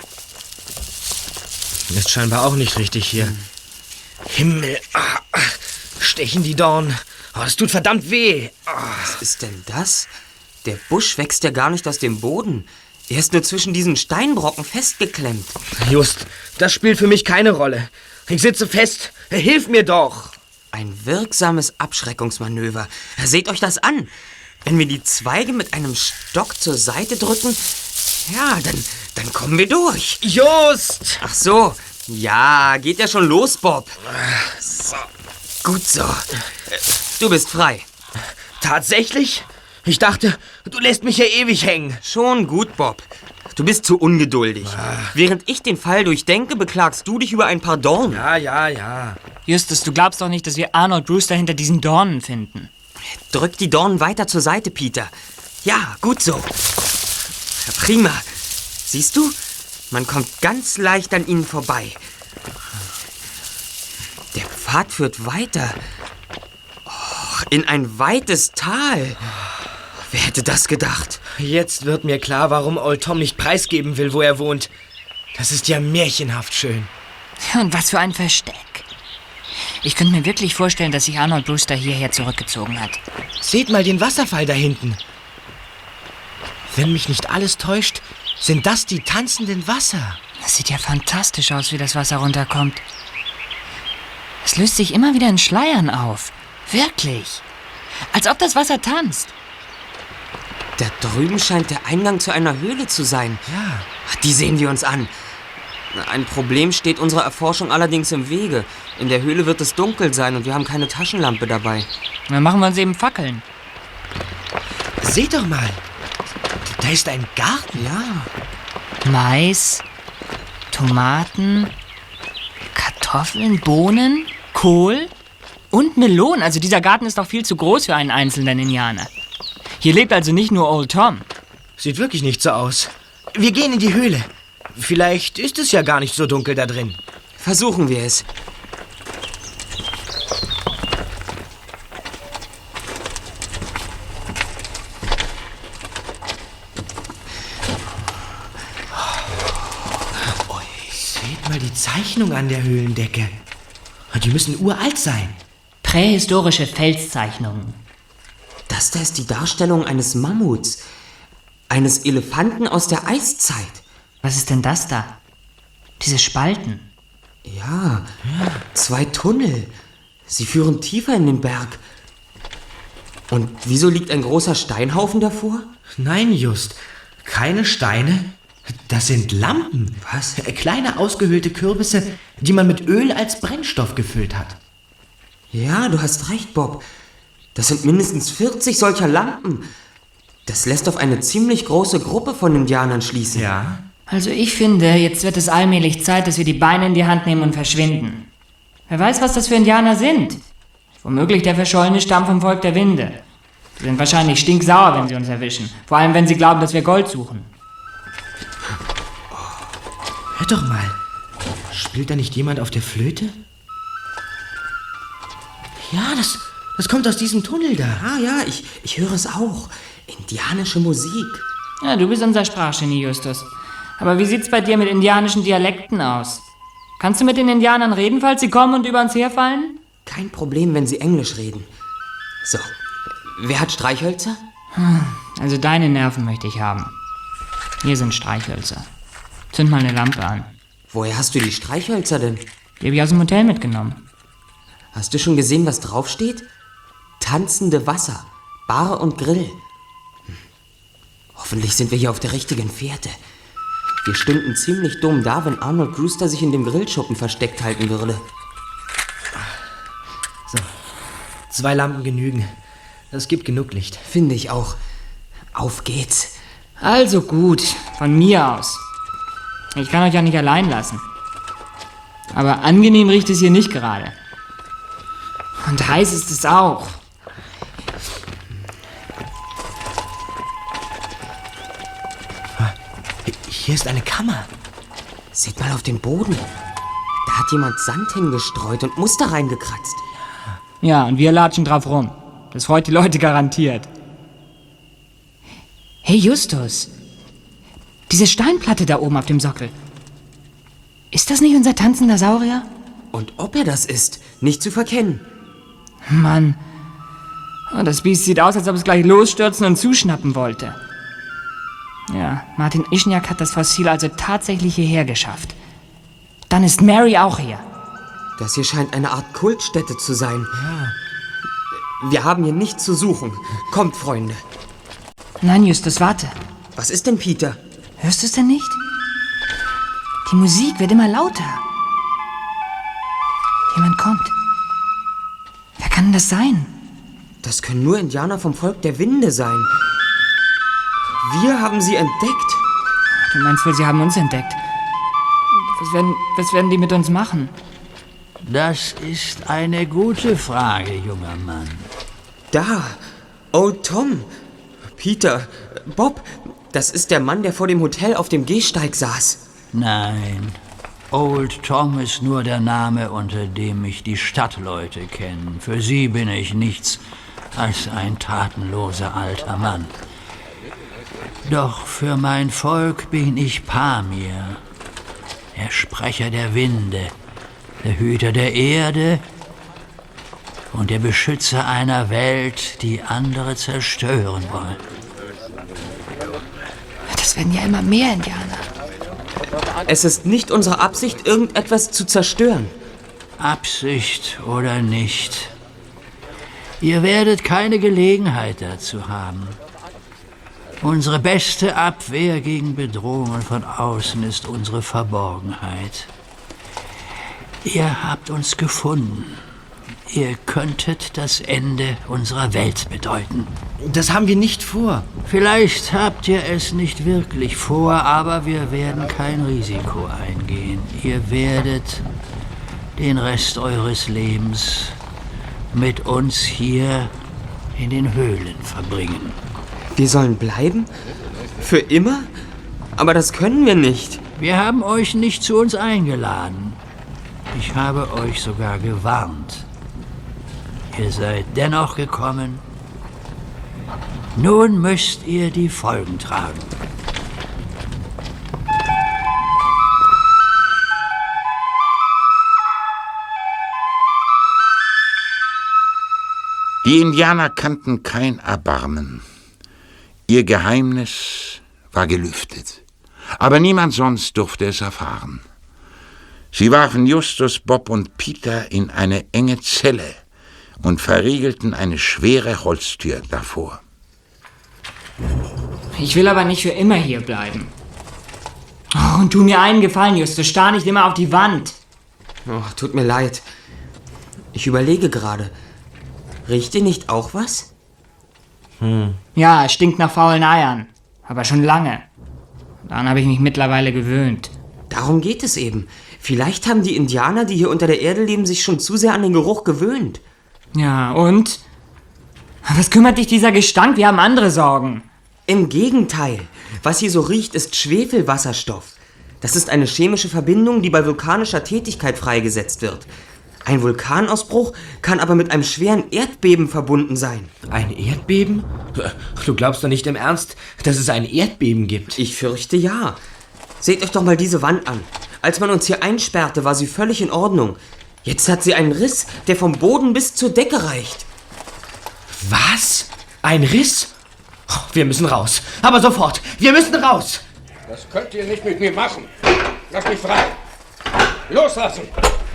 Ist scheinbar auch nicht richtig hier. Himmel, stechen die Dornen. Das tut verdammt weh. Was ist denn das? Der Busch wächst ja gar nicht aus dem Boden. Er ist nur zwischen diesen Steinbrocken festgeklemmt. Just, das spielt für mich keine Rolle. Ich sitze fest. Hilf mir doch. Ein wirksames Abschreckungsmanöver. Seht euch das an. Wenn wir die Zweige mit einem Stock zur Seite drücken, ja, dann kommen wir durch. Just! Ach so. Ja, geht ja schon los, Bob. So, gut so. Du bist frei. Tatsächlich? Ich dachte, du lässt mich ja ewig hängen. Schon gut, Bob. Du bist zu ungeduldig. Während ich den Fall durchdenke, beklagst du dich über ein paar Dornen. Ja. Justus, du glaubst doch nicht, dass wir Arnold Brewster hinter diesen Dornen finden. Drück die Dornen weiter zur Seite, Peter. Ja, gut so. Prima. Siehst du? Man kommt ganz leicht an ihnen vorbei. Der Pfad führt weiter. Oh, in ein weites Tal. Wer hätte das gedacht? Jetzt wird mir klar, warum Old Tom nicht preisgeben will, wo er wohnt. Das ist ja märchenhaft schön. Ja, und was für ein Versteck. Ich könnte mir wirklich vorstellen, dass sich Arnold Brewster hierher zurückgezogen hat. Seht mal den Wasserfall da hinten. Wenn mich nicht alles täuscht, sind das die tanzenden Wasser. Das sieht ja fantastisch aus, wie das Wasser runterkommt. Es löst sich immer wieder in Schleiern auf. Wirklich. Als ob das Wasser tanzt. Da drüben scheint der Eingang zu einer Höhle zu sein. Ja. Die sehen wir uns an. Ein Problem steht unserer Erforschung allerdings im Wege. In der Höhle wird es dunkel sein und wir haben keine Taschenlampe dabei. Dann machen wir uns eben Fackeln. Seht doch mal. Da ist ein Garten. Ja. Mais, Tomaten, Kartoffeln, Bohnen, Kohl und Melonen. Also dieser Garten ist doch viel zu groß für einen einzelnen Indianer. Hier lebt also nicht nur Old Tom. Sieht wirklich nicht so aus. Wir gehen in die Höhle. Vielleicht ist es ja gar nicht so dunkel da drin. Versuchen wir es. Seht mal die Zeichnung an der Höhlendecke. Die müssen uralt sein. Prähistorische Felszeichnungen. Das da ist die Darstellung eines Mammuts. Eines Elefanten aus der Eiszeit. Was ist denn das da? Diese Spalten. Ja, 2 Tunnel. Sie führen tiefer in den Berg. Und wieso liegt ein großer Steinhaufen davor? Nein, Just. Keine Steine. Das sind Lampen. Was? Kleine ausgehöhlte Kürbisse, die man mit Öl als Brennstoff gefüllt hat. Ja, du hast recht, Bob. Das sind mindestens 40 solcher Lampen. Das lässt auf eine ziemlich große Gruppe von Indianern schließen. Ja. Also ich finde, jetzt wird es allmählich Zeit, dass wir die Beine in die Hand nehmen und verschwinden. Wer weiß, was das für Indianer sind. Womöglich der verschollene Stamm vom Volk der Winde. Die sind wahrscheinlich stinksauer, wenn sie uns erwischen. Vor allem, wenn sie glauben, dass wir Gold suchen. Hör doch mal. Spielt da nicht jemand auf der Flöte? Ja, das kommt aus diesem Tunnel da. Ah ja, ich höre es auch. Indianische Musik. Ja, du bist unser Sprachgenie, Justus. Aber wie sieht's bei dir mit indianischen Dialekten aus? Kannst du mit den Indianern reden, falls sie kommen und über uns herfallen? Kein Problem, wenn sie Englisch reden. So, wer hat Streichhölzer? Also deine Nerven möchte ich haben. Hier sind Streichhölzer. Zünd mal eine Lampe an. Woher hast du die Streichhölzer denn? Die habe ich aus dem Hotel mitgenommen. Hast du schon gesehen, was draufsteht? Tanzende Wasser, Bar und Grill. Hoffentlich sind wir hier auf der richtigen Fährte. Wir stünden ziemlich dumm da, wenn Arnold Brewster sich in dem Grillschuppen versteckt halten würde. So, 2 Lampen genügen. Das gibt genug Licht. Finde ich auch. Auf geht's. Also gut, von mir aus. Ich kann euch ja nicht allein lassen. Aber angenehm riecht es hier nicht gerade. Und heiß ist es auch. Hier ist eine Kammer. Seht mal auf den Boden. Da hat jemand Sand hingestreut und Muster reingekratzt. Ja, und wir latschen drauf rum. Das freut die Leute garantiert. Hey Justus, diese Steinplatte da oben auf dem Sockel. Ist das nicht unser tanzender Saurier? Und ob er das ist, nicht zu verkennen. Mann, das Biest sieht aus, als ob es gleich losstürzen und zuschnappen wollte. Ja, Martin Ischniak hat das Fossil also tatsächlich hierher geschafft. Dann ist Mary auch hier. Das hier scheint eine Art Kultstätte zu sein. Ja. Wir haben hier nichts zu suchen. Kommt, Freunde. Nein, Justus, warte. Was ist denn, Peter? Hörst du es denn nicht? Die Musik wird immer lauter. Jemand kommt. Wer kann denn das sein? Das können nur Indianer vom Volk der Winde sein. Wir haben sie entdeckt. Du meinst wohl, sie haben uns entdeckt? Was werden die mit uns machen? Das ist eine gute Frage, junger Mann. Da, Old Tom. Peter, Bob, das ist der Mann, der vor dem Hotel auf dem Gehsteig saß. Nein, Old Tom ist nur der Name, unter dem mich die Stadtleute kennen. Für sie bin ich nichts als ein tatenloser alter Mann. Doch für mein Volk bin ich Pamir, der Sprecher der Winde, der Hüter der Erde und der Beschützer einer Welt, die andere zerstören wollen. Das werden ja immer mehr Indianer. Es ist nicht unsere Absicht, irgendetwas zu zerstören. Absicht oder nicht. Ihr werdet keine Gelegenheit dazu haben. Unsere beste Abwehr gegen Bedrohungen von außen ist unsere Verborgenheit. Ihr habt uns gefunden. Ihr könntet das Ende unserer Welt bedeuten. Das haben wir nicht vor. Vielleicht habt ihr es nicht wirklich vor, aber wir werden kein Risiko eingehen. Ihr werdet den Rest eures Lebens mit uns hier in den Höhlen verbringen. Wir sollen bleiben? Für immer? Aber das können wir nicht. Wir haben euch nicht zu uns eingeladen. Ich habe euch sogar gewarnt. Ihr seid dennoch gekommen. Nun müsst ihr die Folgen tragen. Die Indianer kannten kein Erbarmen. Ihr Geheimnis war gelüftet. Aber niemand sonst durfte es erfahren. Sie warfen Justus, Bob und Peter in eine enge Zelle und verriegelten eine schwere Holztür davor. Ich will aber nicht für immer hier bleiben. Oh, und tu mir einen Gefallen, Justus, starr nicht immer auf die Wand. Oh, tut mir leid. Ich überlege gerade. Riecht ihr nicht auch was? Ja, es stinkt nach faulen Eiern. Aber schon lange. Daran habe ich mich mittlerweile gewöhnt. Darum geht es eben. Vielleicht haben die Indianer, die hier unter der Erde leben, sich schon zu sehr an den Geruch gewöhnt. Ja, und? Was kümmert dich dieser Gestank? Wir haben andere Sorgen. Im Gegenteil. Was hier so riecht, ist Schwefelwasserstoff. Das ist eine chemische Verbindung, die bei vulkanischer Tätigkeit freigesetzt wird. Ein Vulkanausbruch kann aber mit einem schweren Erdbeben verbunden sein. Ein Erdbeben? Du glaubst doch nicht im Ernst, dass es ein Erdbeben gibt? Ich fürchte ja. Seht euch doch mal diese Wand an. Als man uns hier einsperrte, war sie völlig in Ordnung. Jetzt hat sie einen Riss, der vom Boden bis zur Decke reicht. Was? Ein Riss? Oh, wir müssen raus. Aber sofort. Wir müssen raus. Das könnt ihr nicht mit mir machen. Lass mich frei. Loslassen.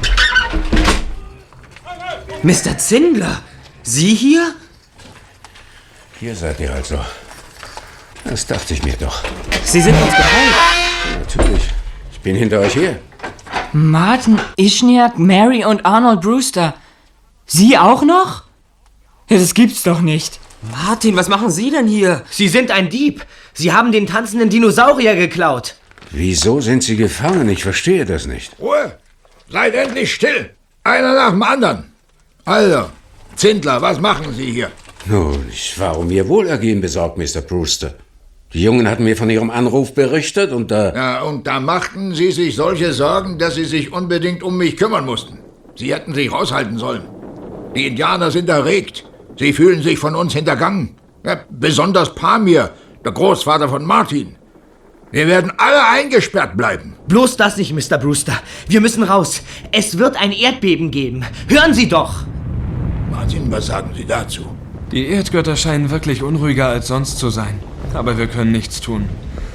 Mr. Zindler, Sie hier? Hier seid ihr also. Das dachte ich mir doch. Sie sind uns gefolgt. Natürlich. Ich bin hinter euch her. Martin Ischniak, Mary und Arnold Brewster. Sie auch noch? Ja, das gibt's doch nicht. Martin, was machen Sie denn hier? Sie sind ein Dieb. Sie haben den tanzenden Dinosaurier geklaut. Wieso sind sie gefangen? Ich verstehe das nicht. Ruhe! Seid endlich still! Einer nach dem anderen. Also, Zindler, was machen Sie hier? Nun, ich war um Ihr Wohlergehen besorgt, Mr. Brewster. Die Jungen hatten mir von Ihrem Anruf berichtet und da... Ja, und da machten Sie sich solche Sorgen, dass Sie sich unbedingt um mich kümmern mussten. Sie hätten sich raushalten sollen. Die Indianer sind erregt. Sie fühlen sich von uns hintergangen. Ja, besonders Pamir, der Großvater von Martin. Wir werden alle eingesperrt bleiben. Bloß das nicht, Mr. Brewster. Wir müssen raus. Es wird ein Erdbeben geben. Hören Sie doch. Martin, was sagen Sie dazu? Die Erdgötter scheinen wirklich unruhiger als sonst zu sein. Aber wir können nichts tun.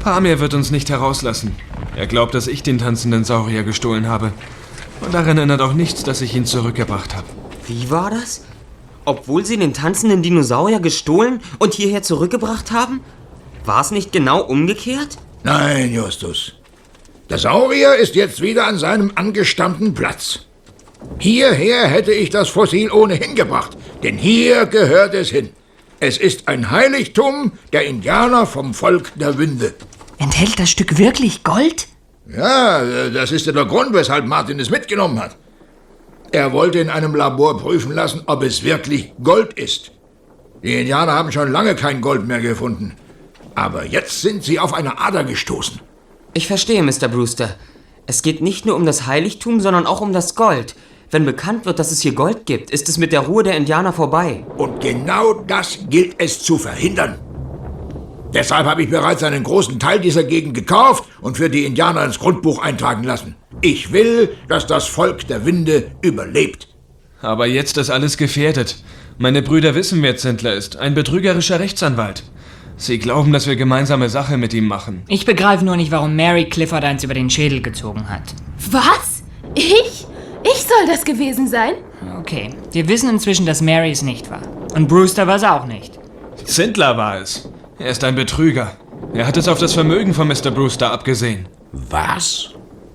Pamir wird uns nicht herauslassen. Er glaubt, dass ich den tanzenden Saurier gestohlen habe. Und daran erinnert auch nichts, dass ich ihn zurückgebracht habe. Wie war das? Obwohl Sie den tanzenden Dinosaurier gestohlen und hierher zurückgebracht haben? War es nicht genau umgekehrt? Nein, Justus. Der Saurier ist jetzt wieder an seinem angestammten Platz. Hierher hätte ich das Fossil ohnehin gebracht, denn hier gehört es hin. Es ist ein Heiligtum der Indianer vom Volk der Winde. Enthält das Stück wirklich Gold? Ja, das ist ja der Grund, weshalb Martin es mitgenommen hat. Er wollte in einem Labor prüfen lassen, ob es wirklich Gold ist. Die Indianer haben schon lange kein Gold mehr gefunden. Aber jetzt sind sie auf eine Ader gestoßen. Ich verstehe, Mr. Brewster. Es geht nicht nur um das Heiligtum, sondern auch um das Gold. Wenn bekannt wird, dass es hier Gold gibt, ist es mit der Ruhe der Indianer vorbei. Und genau das gilt es zu verhindern. Deshalb habe ich bereits einen großen Teil dieser Gegend gekauft und für die Indianer ins Grundbuch eintragen lassen. Ich will, dass das Volk der Winde überlebt. Aber jetzt ist alles gefährdet. Meine Brüder wissen, wer Zindler ist. Ein betrügerischer Rechtsanwalt. Sie glauben, dass wir gemeinsame Sache mit ihm machen. Ich begreife nur nicht, warum Mary Clifford eins über den Schädel gezogen hat. Was? Ich? Ich soll das gewesen sein? Okay, wir wissen inzwischen, dass Mary es nicht war. Und Brewster war es auch nicht. Zindler war es. Er ist ein Betrüger. Er hat es auf das Vermögen von Mr. Brewster abgesehen. Was?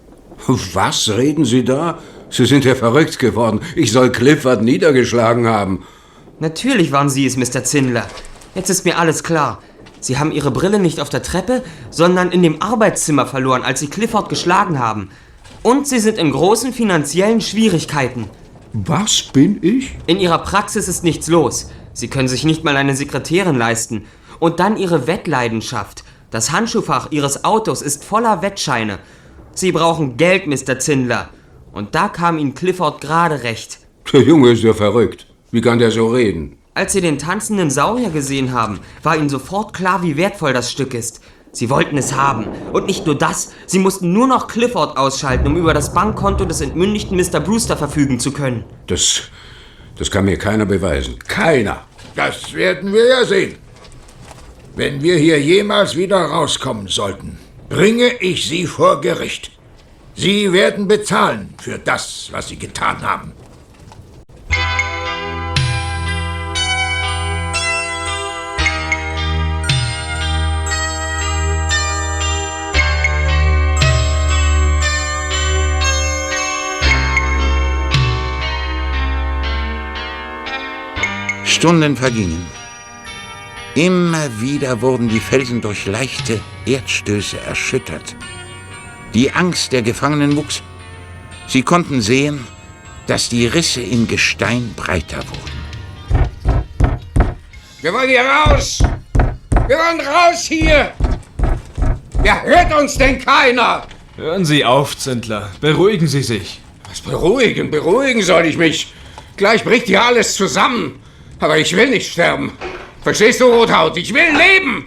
Was reden Sie da? Sie sind ja verrückt geworden. Ich soll Clifford niedergeschlagen haben. Natürlich waren Sie es, Mr. Zindler. Jetzt ist mir alles klar. Sie haben Ihre Brille nicht auf der Treppe, sondern in dem Arbeitszimmer verloren, als Sie Clifford geschlagen haben. Und Sie sind in großen finanziellen Schwierigkeiten. Was bin ich? In Ihrer Praxis ist nichts los. Sie können sich nicht mal eine Sekretärin leisten. Und dann Ihre Wettleidenschaft. Das Handschuhfach Ihres Autos ist voller Wettscheine. Sie brauchen Geld, Mr. Zindler. Und da kam Ihnen Clifford gerade recht. Der Junge ist ja verrückt. Wie kann der so reden? Als Sie den tanzenden Saurier gesehen haben, war Ihnen sofort klar, wie wertvoll das Stück ist. Sie wollten es haben. Und nicht nur das, Sie mussten nur noch Clifford ausschalten, um über das Bankkonto des entmündigten Mr. Brewster verfügen zu können. Das kann mir keiner beweisen. Keiner. Das werden wir ja sehen. Wenn wir hier jemals wieder rauskommen sollten, bringe ich Sie vor Gericht. Sie werden bezahlen für das, was Sie getan haben. Stunden vergingen. Immer wieder wurden die Felsen durch leichte Erdstöße erschüttert. Die Angst der Gefangenen wuchs. Sie konnten sehen, dass die Risse im Gestein breiter wurden. Wir wollen hier raus! Wir wollen raus hier! Ja, hört uns denn keiner? Hören Sie auf, Zindler. Beruhigen Sie sich. Was beruhigen? Beruhigen soll ich mich. Gleich bricht hier alles zusammen. Aber ich will nicht sterben. Verstehst du, Rothaut? Ich will leben!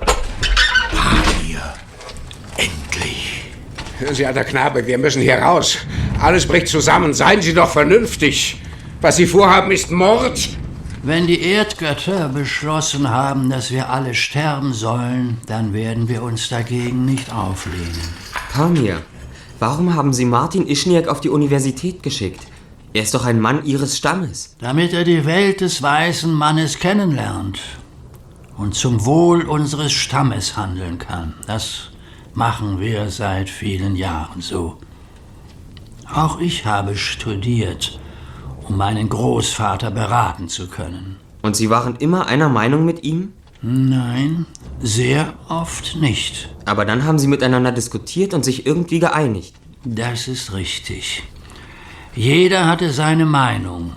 Pamir. Endlich. Hören Sie, alter Knabe, wir müssen hier raus. Alles bricht zusammen. Seien Sie doch vernünftig. Was Sie vorhaben, ist Mord. Wenn die Erdgötter beschlossen haben, dass wir alle sterben sollen, dann werden wir uns dagegen nicht auflehnen. Pamir, warum haben Sie Martin Ischniak auf die Universität geschickt? Er ist doch ein Mann Ihres Stammes. Damit er die Welt des weißen Mannes kennenlernt und zum Wohl unseres Stammes handeln kann. Das machen wir seit vielen Jahren so. Auch ich habe studiert, um meinen Großvater beraten zu können. Und Sie waren immer einer Meinung mit ihm? Nein, sehr oft nicht. Aber dann haben Sie miteinander diskutiert und sich irgendwie geeinigt. Das ist richtig. Jeder hatte seine Meinung,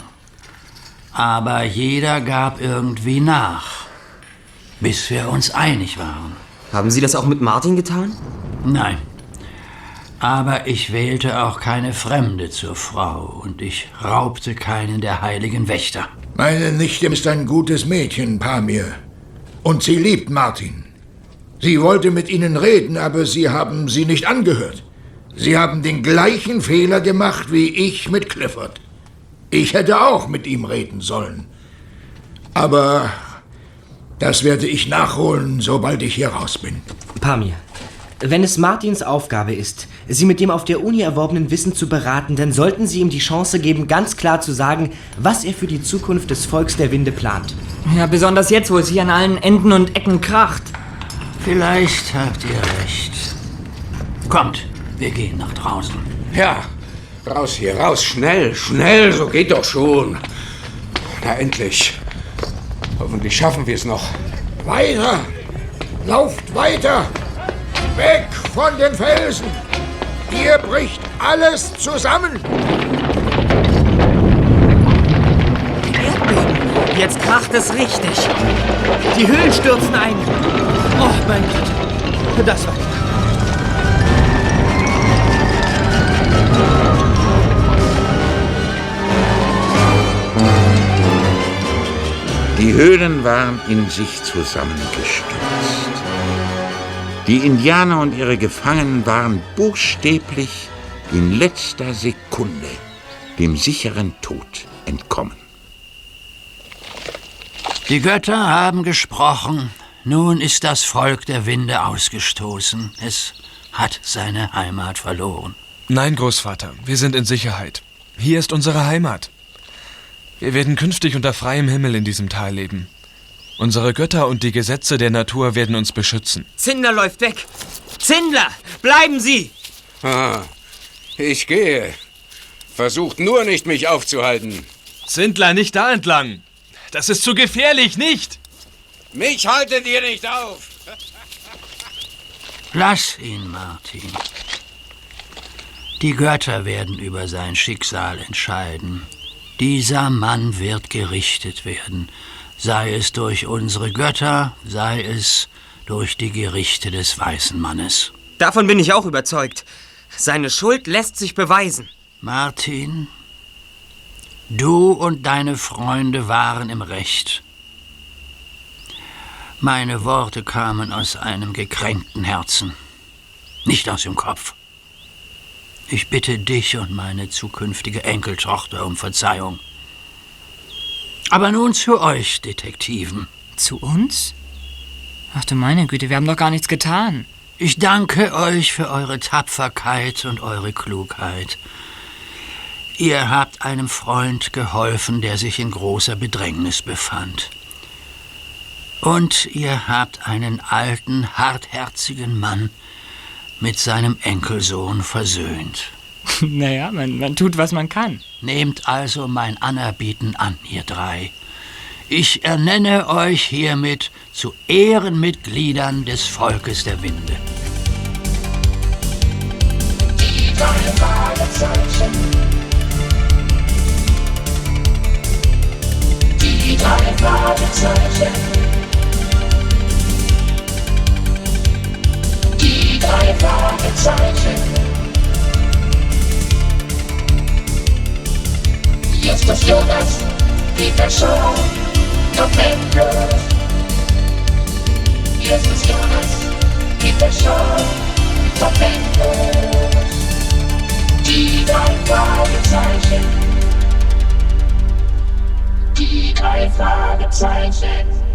aber jeder gab irgendwie nach, bis wir uns einig waren. Haben Sie das auch mit Martin getan? Nein, aber ich wählte auch keine Fremde zur Frau und ich raubte keinen der heiligen Wächter. Meine Nichte ist ein gutes Mädchen, Pamir, und sie liebt Martin. Sie wollte mit Ihnen reden, aber Sie haben sie nicht angehört. Sie haben den gleichen Fehler gemacht wie ich mit Clifford. Ich hätte auch mit ihm reden sollen. Aber das werde ich nachholen, sobald ich hier raus bin. Pamir, Wenn es Martins Aufgabe ist, Sie mit dem auf der Uni erworbenen Wissen zu beraten, dann sollten Sie ihm die Chance geben, ganz klar zu sagen, was er für die Zukunft des Volks der Winde plant. Ja, besonders jetzt, wo es hier an allen Enden und Ecken kracht. Vielleicht habt ihr recht. Kommt, wir gehen nach draußen. Ja, raus hier, raus, schnell, schnell, so geht doch schon. Na endlich. Hoffentlich schaffen wir es noch. Weiter! Lauft weiter! Weg von den Felsen! Hier bricht alles zusammen! Erdbeben! Jetzt kracht es richtig! Die Höhlen stürzen ein! Oh mein Gott! Das war... Die Höhlen waren in sich zusammengestürzt. Die Indianer und ihre Gefangenen waren buchstäblich in letzter Sekunde dem sicheren Tod entkommen. Die Götter haben gesprochen. Nun ist das Volk der Winde ausgestoßen. Es hat seine Heimat verloren. Nein, Großvater, wir sind in Sicherheit. Hier ist unsere Heimat. Wir werden künftig unter freiem Himmel in diesem Tal leben. Unsere Götter und die Gesetze der Natur werden uns beschützen. Zindler läuft weg. Zindler, bleiben Sie! Ich gehe. Versucht nur nicht, mich aufzuhalten. Zindler, nicht da entlang. Das ist zu gefährlich, nicht? Mich haltet ihr nicht auf. Lass ihn, Martin. Die Götter werden über sein Schicksal entscheiden. Dieser Mann wird gerichtet werden, sei es durch unsere Götter, sei es durch die Gerichte des weißen Mannes. Davon bin ich auch überzeugt. Seine Schuld lässt sich beweisen. Martin, du und deine Freunde waren im Recht. Meine Worte kamen aus einem gekränkten Herzen, nicht aus dem Kopf. Ich bitte dich und meine zukünftige Enkeltochter um Verzeihung. Aber nun zu euch, Detektiven. Zu uns? Ach du meine Güte, wir haben doch gar nichts getan. Ich danke euch für eure Tapferkeit und eure Klugheit. Ihr habt einem Freund geholfen, der sich in großer Bedrängnis befand. Und ihr habt einen alten, hartherzigen Mann mit seinem Enkelsohn versöhnt. Naja, man tut, was man kann. Nehmt also mein Anerbieten an, ihr drei. Ich ernenne euch hiermit zu Ehrenmitgliedern des Volkes der Winde. Die drei Fragezeichen. Die drei Fragezeichen. Die drei Fragezeichen. Justus Jonas, Peter Shaw, November. Justus Jonas, Peter Shaw, November. Die drei Fragezeichen. Die drei Fragezeichen.